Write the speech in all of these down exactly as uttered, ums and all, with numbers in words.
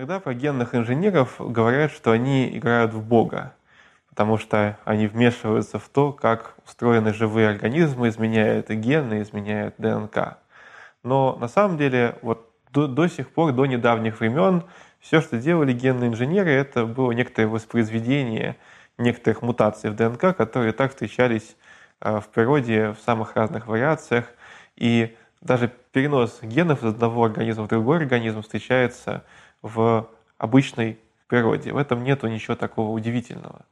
Иногда про генных инженеров говорят, что они играют в Бога, потому что они вмешиваются в то, как устроены живые организмы, изменяют и гены, изменяют ДНК. Но на самом деле вот до, до сих пор, до недавних времен, все, что делали генные инженеры, это было некоторое воспроизведение некоторых мутаций в ДНК, которые так встречались э, в природе в самых разных вариациях. И даже перенос генов из одного организма в другой организм встречается в обычной природе. В этом нету ничего такого удивительного.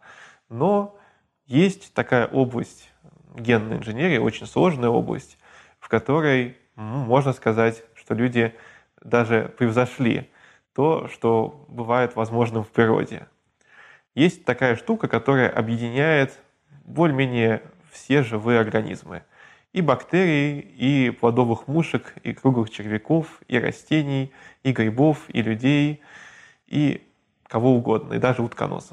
Но есть такая область генной инженерии, очень сложная область, в которой, можно сказать, что люди даже превзошли то, что бывает возможным в природе. Есть такая штука, которая объединяет более-менее все живые организмы. И бактерий, и плодовых мушек, и круглых червяков, и растений, и грибов, и людей, и кого угодно, и даже утконосов.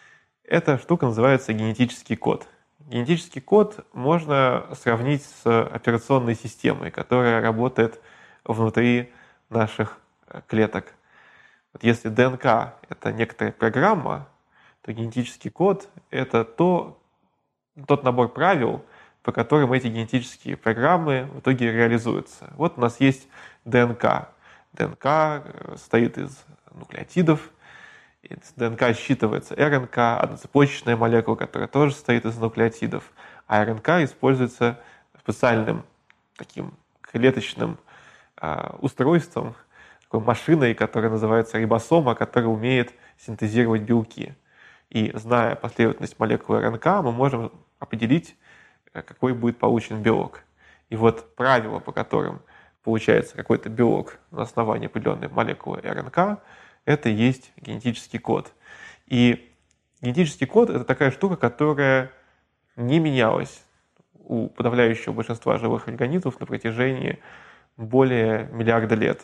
Эта штука называется генетический код. Генетический код можно сравнить с операционной системой, которая работает внутри наших клеток. Вот если ДНК — это некоторая программа, то генетический код — это то, тот набор правил, по которым эти генетические программы в итоге реализуются. Вот у нас есть ДНК. ДНК состоит из нуклеотидов. Из ДНК считывается РНК, одноцепочечная молекула, которая тоже состоит из нуклеотидов. А РНК используется специальным таким клеточным э, устройством, такой машиной, которая называется рибосома, которая умеет синтезировать белки. И зная последовательность молекул РНК, мы можем определить, какой будет получен белок. И вот правила, по которым получается какой-то белок на основании определенной молекулы РНК, это и есть генетический код. И генетический код — это такая штука, которая не менялась у подавляющего большинства живых организмов на протяжении более миллиарда лет.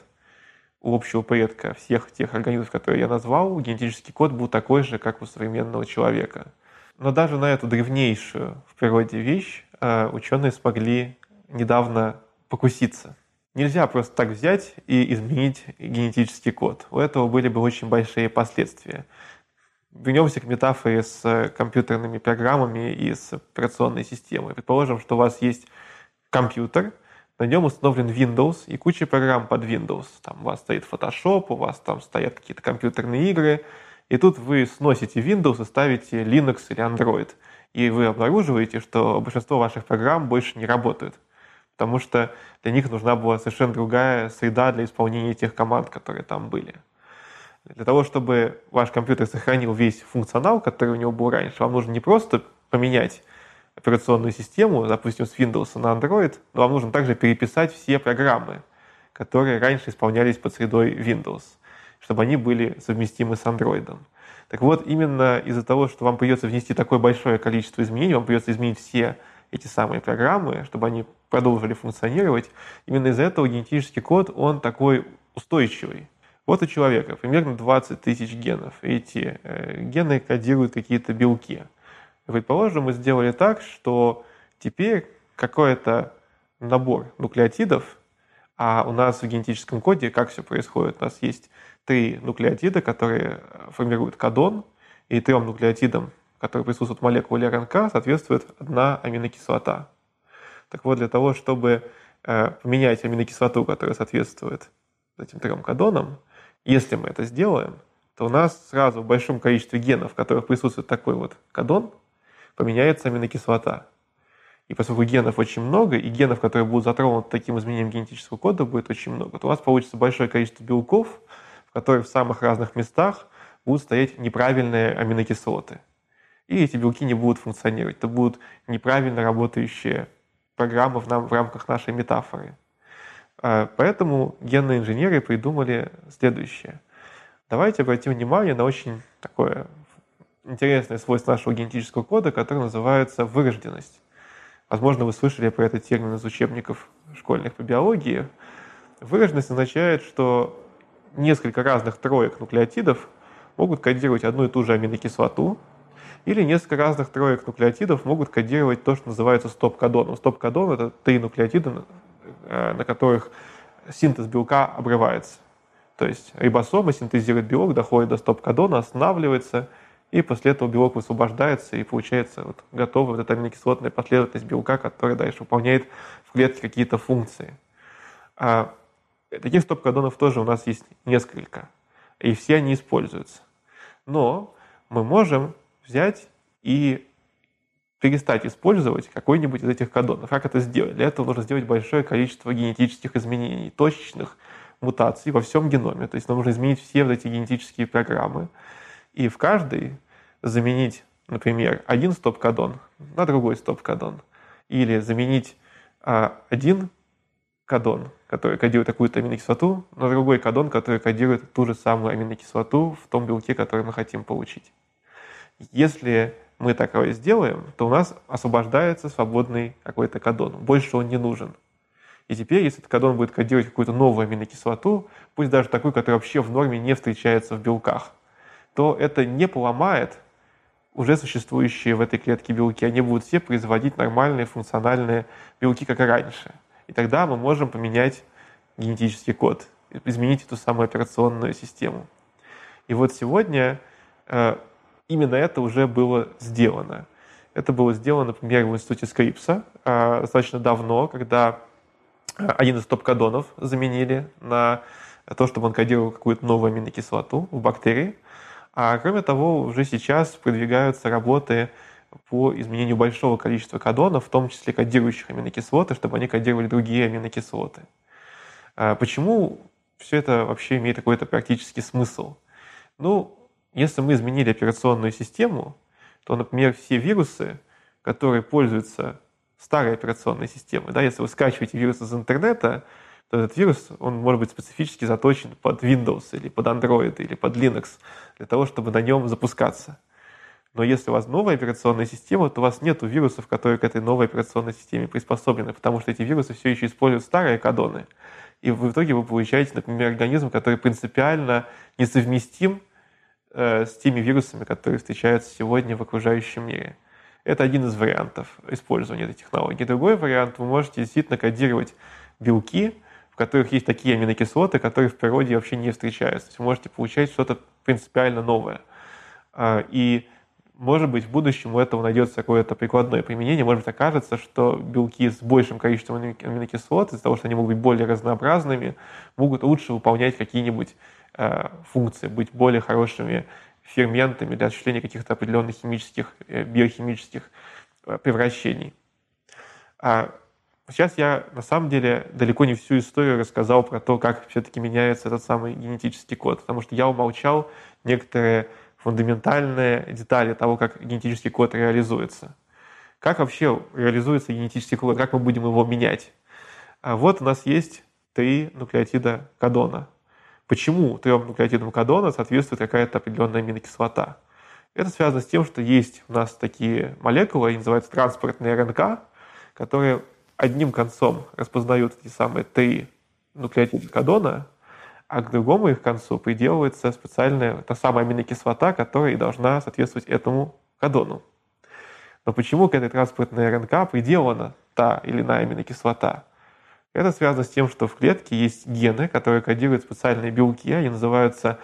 У общего предка всех тех организмов, которые я назвал, генетический код был такой же, как у современного человека. Но даже на эту древнейшую в природе вещь ученые смогли недавно покуситься. Нельзя просто так взять и изменить генетический код. У этого были бы очень большие последствия. Вернемся к метафоре с компьютерными программами и с операционной системой. Предположим, что у вас есть компьютер, на нем установлен Windows и куча программ под Windows. Там у вас стоит Photoshop, у вас там стоят какие-то компьютерные игры, и тут вы сносите Windows и ставите Linux или Android. И вы обнаруживаете, что большинство ваших программ больше не работают, потому что для них нужна была совершенно другая среда для исполнения тех команд, которые там были. Для того, чтобы ваш компьютер сохранил весь функционал, который у него был раньше, вам нужно не просто поменять операционную систему, допустим, с Windows на Android, но вам нужно также переписать все программы, которые раньше исполнялись под средой Windows, чтобы они были совместимы с Android. Так вот, именно из-за того, что вам придется внести такое большое количество изменений, вам придется изменить все эти самые программы, чтобы они продолжили функционировать, именно из-за этого генетический код, он такой устойчивый. Вот у человека примерно двадцать тысяч генов. Эти э, гены кодируют какие-то белки. Предположим, мы сделали так, что теперь какой-то набор нуклеотидов, а у нас в генетическом коде как все происходит? У нас есть три нуклеотида, которые формируют кодон, и трем нуклеотидам, которые присутствуют в молекуле РНК, соответствует одна аминокислота. Так вот, для того, чтобы э, поменять аминокислоту, которая соответствует этим трем кодонам, если мы это сделаем, то у нас сразу в большом количестве генов, в которых присутствует такой вот кодон, поменяется аминокислота. И поскольку генов очень много, и генов, которые будут затронуты таким изменением генетического кода, будет очень много, то у нас получится большое количество белков, в которых в самых разных местах будут стоять неправильные аминокислоты. И эти белки не будут функционировать. Это будут неправильно работающие программы в, нам, в рамках нашей метафоры. Поэтому генные инженеры придумали следующее. Давайте обратим внимание на очень такое интересное свойство нашего генетического кода, которое называется вырожденность. Возможно, вы слышали про этот термин из учебников школьных по биологии. Вырожденность означает, что несколько разных троек нуклеотидов могут кодировать одну и ту же аминокислоту, или несколько разных троек нуклеотидов могут кодировать то, что называется стоп-кодоном. Стоп-кодон — это три нуклеотида, на которых синтез белка обрывается. То есть рибосома синтезирует белок, доходит до стоп-кодона, останавливается, и после этого белок высвобождается, и получается вот готовая вот эта аминокислотная последовательность белка, которая дальше выполняет в клетке какие-то функции. А таких стоп-кодонов тоже у нас есть несколько, и все они используются. Но мы можем взять и перестать использовать какой-нибудь из этих кодонов. Как это сделать? Для этого нужно сделать большое количество генетических изменений, точечных мутаций во всем геноме. То есть нам нужно изменить все вот эти генетические программы. И в каждой заменить, например, один стоп-кодон на другой стоп-кодон. Или заменить а, один кодон, который кодирует какую-то аминокислоту, на другой кодон, который кодирует ту же самую аминокислоту в том белке, который мы хотим получить. Если мы такое сделаем, то у нас освобождается свободный какой-то кодон. Больше он не нужен. И теперь, если этот кодон будет кодировать какую-то новую аминокислоту, пусть даже такую, которая вообще в норме не встречается в белках, то это не поломает уже существующие в этой клетке белки. Они будут все производить нормальные функциональные белки, как и раньше. И тогда мы можем поменять генетический код, изменить эту самую операционную систему. И вот сегодня э, именно это уже было сделано. Это было сделано, например, в институте Скрипса э, достаточно давно, когда один из стоп-кодонов заменили на то, чтобы он кодировал какую-то новую аминокислоту в бактерии. А кроме того, уже сейчас продвигаются работы по изменению большого количества кодонов, в том числе кодирующих аминокислоты, чтобы они кодировали другие аминокислоты. Почему все это вообще имеет какой-то практический смысл? Ну, если мы изменили операционную систему, то, например, все вирусы, которые пользуются старой операционной системой, да, если вы скачиваете вирус из интернета, то этот вирус, он может быть специфически заточен под Windows или под Android или под Linux для того, чтобы на нем запускаться. Но если у вас новая операционная система, то у вас нет вирусов, которые к этой новой операционной системе приспособлены, потому что эти вирусы все еще используют старые кодоны. И в итоге вы получаете, например, организм, который принципиально несовместим э, с теми вирусами, которые встречаются сегодня в окружающем мире. Это один из вариантов использования этой технологии. Другой вариант, вы можете действительно кодировать белки, в которых есть такие аминокислоты, которые в природе вообще не встречаются. То есть вы можете получать что-то принципиально новое. И, может быть, в будущем у этого найдется какое-то прикладное применение. Может быть, окажется, что белки с большим количеством аминокислот, из-за того, что они могут быть более разнообразными, могут лучше выполнять какие-нибудь функции, быть более хорошими ферментами для осуществления каких-то определенных химических, биохимических превращений. Сейчас я, на самом деле, далеко не всю историю рассказал про то, как все-таки меняется этот самый генетический код, потому что я умолчал некоторые фундаментальные детали того, как генетический код реализуется. Как вообще реализуется генетический код, как мы будем его менять? А вот у нас есть три нуклеотида кодона. Почему трем нуклеотидам кодона соответствует какая-то определенная аминокислота? Это связано с тем, что есть у нас такие молекулы, они называются транспортные РНК, которые одним концом распознают эти самые три нуклеотида кодона, а к другому их концу приделывается специальная та самая аминокислота, которая и должна соответствовать этому кодону. Но почему к этой транспортной РНК приделана та или иная аминокислота? Это связано с тем, что в клетке есть гены, которые кодируют специальные белки, они называются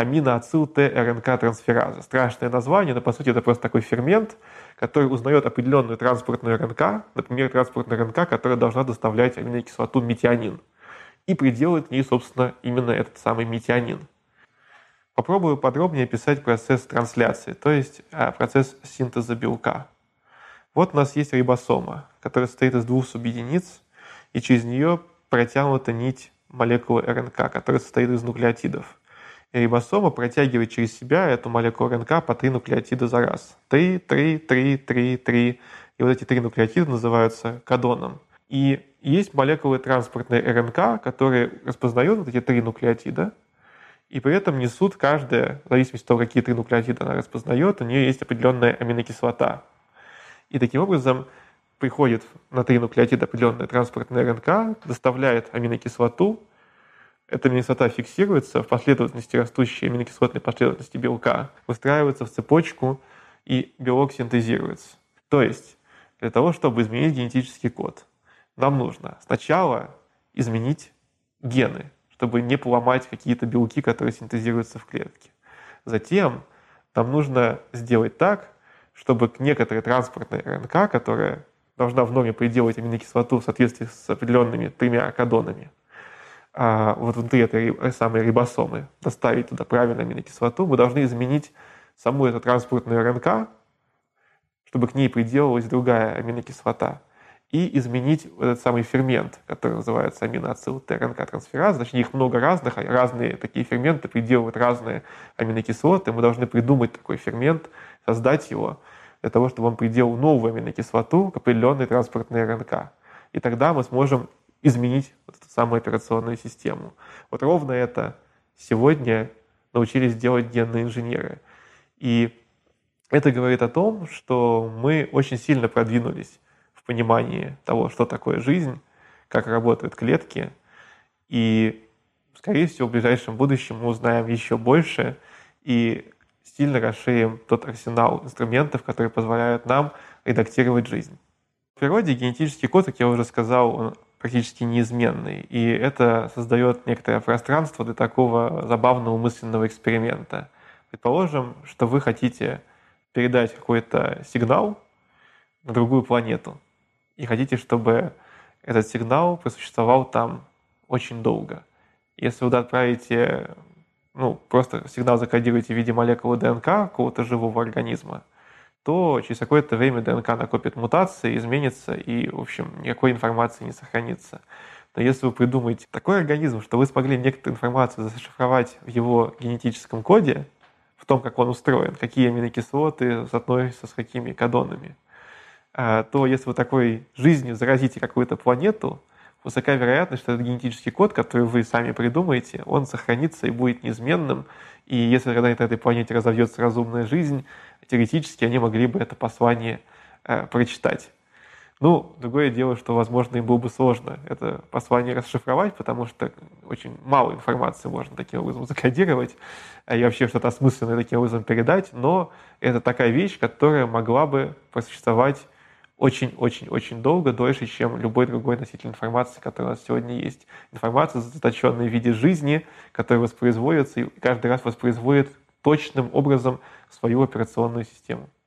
аминоацил-Т-РНК-трансфераза. Страшное название, но по сути это просто такой фермент, который узнает определенную транспортную РНК, например, транспортную РНК, которая должна доставлять аминокислоту метионин, и приделает к ней, собственно, именно этот самый метионин. Попробую подробнее описать процесс трансляции, то есть процесс синтеза белка. Вот у нас есть рибосома, которая состоит из двух субъединиц, и через нее протянута нить молекулы РНК, которая состоит из нуклеотидов. И рибосома протягивает через себя эту молекулу РНК по три нуклеотида за раз. Три, три, три, три, три. И вот эти три нуклеотида называются кодоном. И есть молекулы транспортной РНК, которые распознают вот эти три нуклеотида, и при этом несут каждая, в зависимости от того, какие три нуклеотида она распознает, у нее есть определенная аминокислота. И таким образом приходит на три нуклеотида определенная транспортная РНК, доставляет аминокислоту, эта аминокислота фиксируется в последовательности растущей аминокислотной последовательности белка, выстраивается в цепочку, и белок синтезируется. То есть, для того, чтобы изменить генетический код, нам нужно сначала изменить гены, чтобы не поломать какие-то белки, которые синтезируются в клетке. Затем нам нужно сделать так, чтобы некоторая транспортная РНК, которая должна в норме приделать аминокислоту в соответствии с определенными тремя кодонами, а вот внутри этой самой рибосомы доставить туда правильную аминокислоту, мы должны изменить саму эту транспортную РНК, чтобы к ней приделалась другая аминокислота, и изменить этот самый фермент, который называется аминоацил ТРНК-трансфераз. Точнее, их много разных, а разные такие ферменты приделывают разные аминокислоты. Мы должны придумать такой фермент, создать его, для того, чтобы он приделал новую аминокислоту к определенной транспортной РНК. И тогда мы сможем изменить вот эту самую операционную систему. Вот ровно это сегодня научились делать генные инженеры. И это говорит о том, что мы очень сильно продвинулись в понимании того, что такое жизнь, как работают клетки. И, скорее всего, в ближайшем будущем мы узнаем еще больше и сильно расширим тот арсенал инструментов, которые позволяют нам редактировать жизнь. В природе генетический код, как я уже сказал, он практически неизменный. И это создает некоторое пространство для такого забавного мысленного эксперимента. Предположим, что вы хотите передать какой-то сигнал на другую планету и хотите, чтобы этот сигнал просуществовал там очень долго. Если вы отправите, ну, просто сигнал закодируете в виде молекулы ДНК какого-то живого организма, то через какое-то время ДНК накопит мутации, изменится и, в общем, никакой информации не сохранится. Но если вы придумаете такой организм, что вы смогли некоторую информацию зашифровать в его генетическом коде, в том, как он устроен, какие аминокислоты соотносятся с какими кодонами, то если вы такой жизнью заразите какую-то планету, высока вероятность, что этот генетический код, который вы сами придумаете, он сохранится и будет неизменным. И если когда-нибудь на этой планете разовьется разумная жизнь, теоретически они могли бы это послание э, прочитать. Ну, другое дело, что, возможно, им было бы сложно это послание расшифровать, потому что очень мало информации можно таким образом закодировать и вообще что-то осмысленное таким образом передать, но это такая вещь, которая могла бы просуществовать очень-очень-очень долго, дольше, чем любой другой носитель информации, который у нас сегодня есть. Информация, заточенная в виде жизни, которая воспроизводится и каждый раз воспроизводит точным образом свою операционную систему.